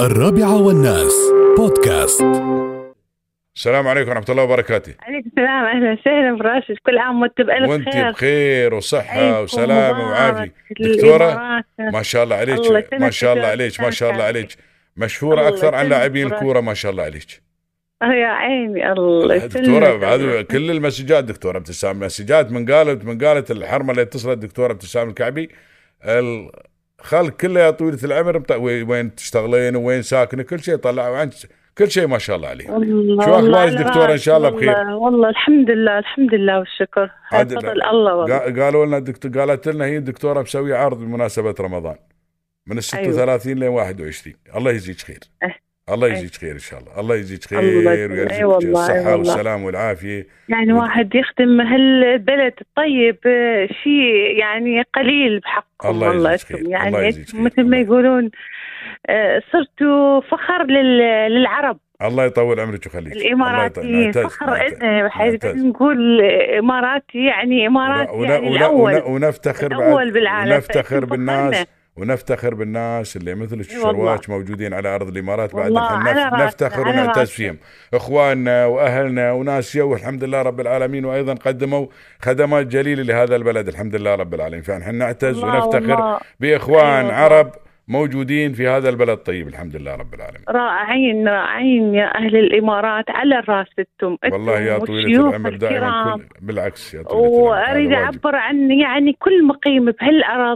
الرابعة والناس بودكاست. السلام عليكم ورحمة الله وبركاته. عليكم السلام، أهلا وسهلا براشد. كل عام وأنت بألف خير. وأنت بخير وصحة وسلامة وعافية دكتورة. ما شاء الله عليك، ما شاء الله عليك، ما شاء الله عليك، مشهورة أكثر عن لاعبين الكورة، ما شاء الله عليك. يا عيني الله دكتورة بعد كل المسجات دكتورة ابتسام، مسجات من قالت الحرمة اللي اتصلت دكتورة ابتسام الكعبي، الخلق كله طويلة العمر، وين تشتغلين وين ساكنة كل شيء طلعوا عنك، كل شيء ما شاء الله عليه. شو أخبارك دكتورة؟ إن شاء الله بخير. والله الحمد لله، الحمد لله والشكر، هذا فضل الله والله. قالوا لنا قالت لنا هي الدكتورة مسوية عرض بمناسبة رمضان من 36 ل 21. الله يجزيك خير. الله يجزيك خير إن شاء الله، الله يجزيك خير ويرزقك الصحة والسلام والعافية. يعني واحد يخدم هالبلد الطيب شيء يعني قليل بحقكم. الله يجزيك خير. يعني مثل ما يقولون صرتوا فخر للعرب. الله يطول عمرك ويخليك. الإماراتيين فخر إلنا، بحيث نقول إماراتي يعني إماراتي يعني الأول، ونفتخر الأول بالعالم، ونفتخر بالناس، ونفتخر بالناس اللي مثل الشرواج موجودين على أرض الإمارات. بعد الحين نفتخر ونعتز فيهم، إخواننا وأهلنا وناس جو الحمد لله رب العالمين، وأيضا قدموا خدمات جليلة لهذا البلد الحمد لله رب العالمين. فنحن نعتز ونفتخر بإخوان عرب موجودين في هذا البلد الطيب الحمد لله رب العالمين. رائعين رائعين يا أهل الإمارات، على الراس انتم والله يا طويلة العمر دائما بالعكس يا طويلة العمر. وأريد أعبر عن يعني كل مقيم بهالأرض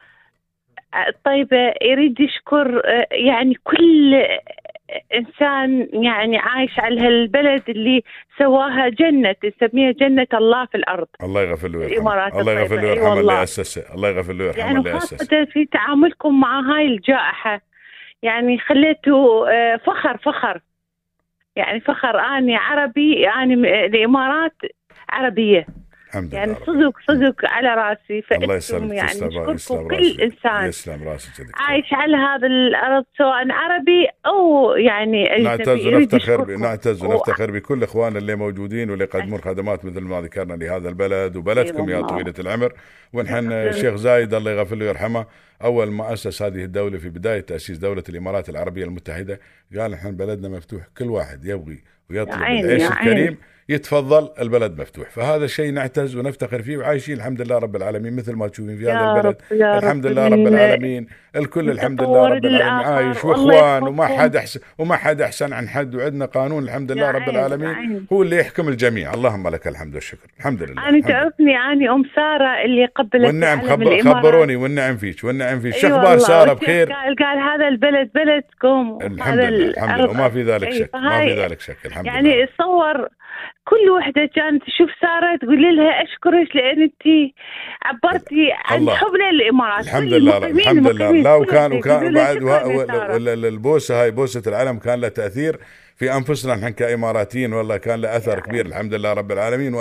الطيبة يريد يشكر يعني كل إنسان يعني عايش على هالبلد اللي سواها جنة، نسميها جنة الله في الأرض. الله يغفر له ويرحمه، الله يغفر له ويرحمه اللي أسسه، الله يغفر له ويرحمه اللي أسسه. يعني خاصة في تعاملكم مع هاي الجائحة، يعني خليتوا فخر يعني فخر. أنا عربي، يعني الإمارات عربية يعني صدق على راسي. الله يسلمك، يعني يسلم كل إنسان يسلم راسك عايش على هذا الأرض سواء عربي أو يعني أجنبي. نعتز ونفتخر بكل إخواننا اللي موجودين واللي يقدمون خدمات مثل ما ذكرنا لهذا البلد وبلدكم يا طويلة العمر. ونحن الشيخ زايد الله يغفر له ويرحمه أول ما أسس هذه الدولة في بداية تأسيس دولة الإمارات العربية المتحدة قال نحن بلدنا مفتوح، كل واحد يبغي ويطلب العيش الكريم يتفضل، البلد مفتوح. فهذا الشيء نعتز ونفتخر فيه، وعايشين الحمد لله رب العالمين مثل ما تشوفين في هذا البلد الحمد لله رب العالمين. الكل الحمد لله رب العالمين عايش واخوان، وما حد احسن عن حد، وعندنا قانون الحمد لله رب العالمين هو اللي يحكم الجميع. اللهم لك الحمد والشكر الحمد لله. أنا تعرفني أني أم سارة اللي قبلت والنعم خبروني والنعم فيك شو اخبار سارة؟ بخير؟ قال هذا البلد بلدكم الحمد لله وما في ذلك شك، ما في ذلك شك الحمد لله. يعني تصور كل وحدة كانت تشوف سارة تقول لها أشكرك لأن أنت عبرتي عن حبنا للإمارات. الحمد لله الحمد لله. لا وكان بعد البوسة هاي بوسة العلم كان لها تأثير في أنفسنا نحن كإماراتيين، والله كان له أثر كبير الحمد لله رب العالمين.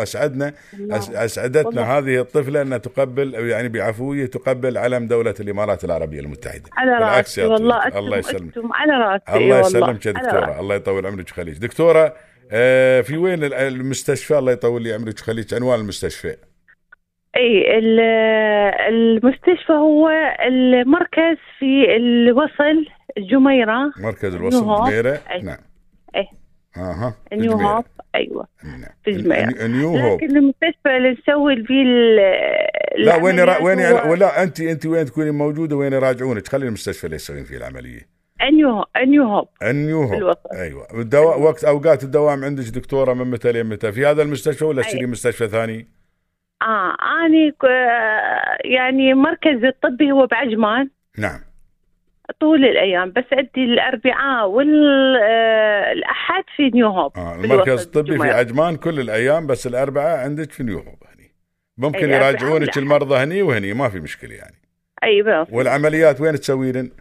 أسعدتنا هذه الطفلة أن تقبل يعني بعفوية تقبل علم دولة الإمارات العربية المتحدة. على راسي والله، الله يسلمك، على راسي الله يسلمك يا دكتورة، الله يطول عمرك ويخليك. دكتورة في وين المستشفى؟ الله يطول لي عمرك ويخليك، عنوان المستشفى. اي المستشفى هو المركز في الوصل الجميرة، مركز الوصل الجميرة. نعم نيو هوب. ايوه نعم. في الجميرة نيو هوب. لكن المستشفى اللي نسوي فيه لا وين ولا انت وين تكوني موجودة وين يراجعونك؟ خلي المستشفى اللي يسوين فيه العملية. نيو هوب. ايوه. الدواء وقت اوقات الدوام عندك دكتورة من متى لمتى في هذا المستشفى ولا تشتري مستشفى ثاني؟ أنا يعني مركز الطبي هو بعجمان. نعم. طول الأيام، بس أدي الأربعاء والأحد في نيو هوب. المركز الطبي في عجمان كل الأيام، بس الأربعاء عندك في نيو هوب هني. ممكن يراجعونك المرضى هني وهني، ما في مشكلة يعني. أيوة. والعمليات وين تسوين؟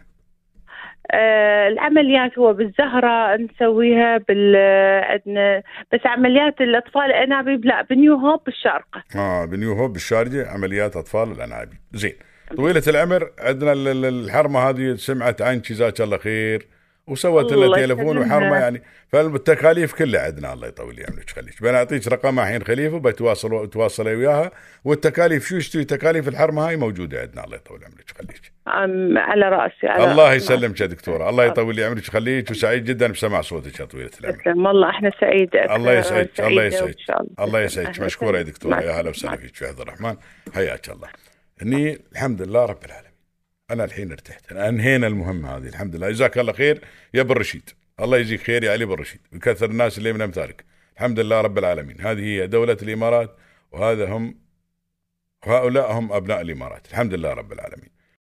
العمليات هو بالزهرة نسويها عندنا، بس عمليات الأطفال الأنابيب لا بنيو هوب بالشارقة. بنيو هوب بالشارقة عمليات أطفال الأنابيب. زين. طويلة العمر عندنا الحرمة هذه سمعت عنك جزاك الله خير، وسوت لنا الله تليفون يسلمها. وحرمه يعني. فالتكاليف كلها عندنا، الله يطول لي عمرك خليك. بنعطيك رقمها الحين خليفه، بتواصلي وياها، والتكاليف شو يشتري تكاليف الحرمه هاي موجوده عندنا، الله يطول عمرك خليك. على راسي، على الله رأسي. يسلمك يا دكتوره، الله يطول لي عمرك خليك، وسعيد جدا بسمع صوتك يا طويله العمر. تسلم والله، احنا سعيدة أكثر. الله يسعدك، سعيدة الله يسعدك، وإن شاء الله يسعدك. مشكوره يا دكتوره، يا هلا وسهلا فيك. عبد الرحمن حياك الله. هني الحمد لله رب العالمين، انا الحين ارتحت، أنا انهينا المهمه هذه الحمد لله. جزاك الله خير يا ابو الرشيد، الله يجزيك خير يا علي ابو الرشيد، وكثر الناس اللي من امثالك. الحمد لله رب العالمين. هذه هي دوله الامارات، وهؤلاء هم ابناء الامارات. الحمد لله رب العالمين.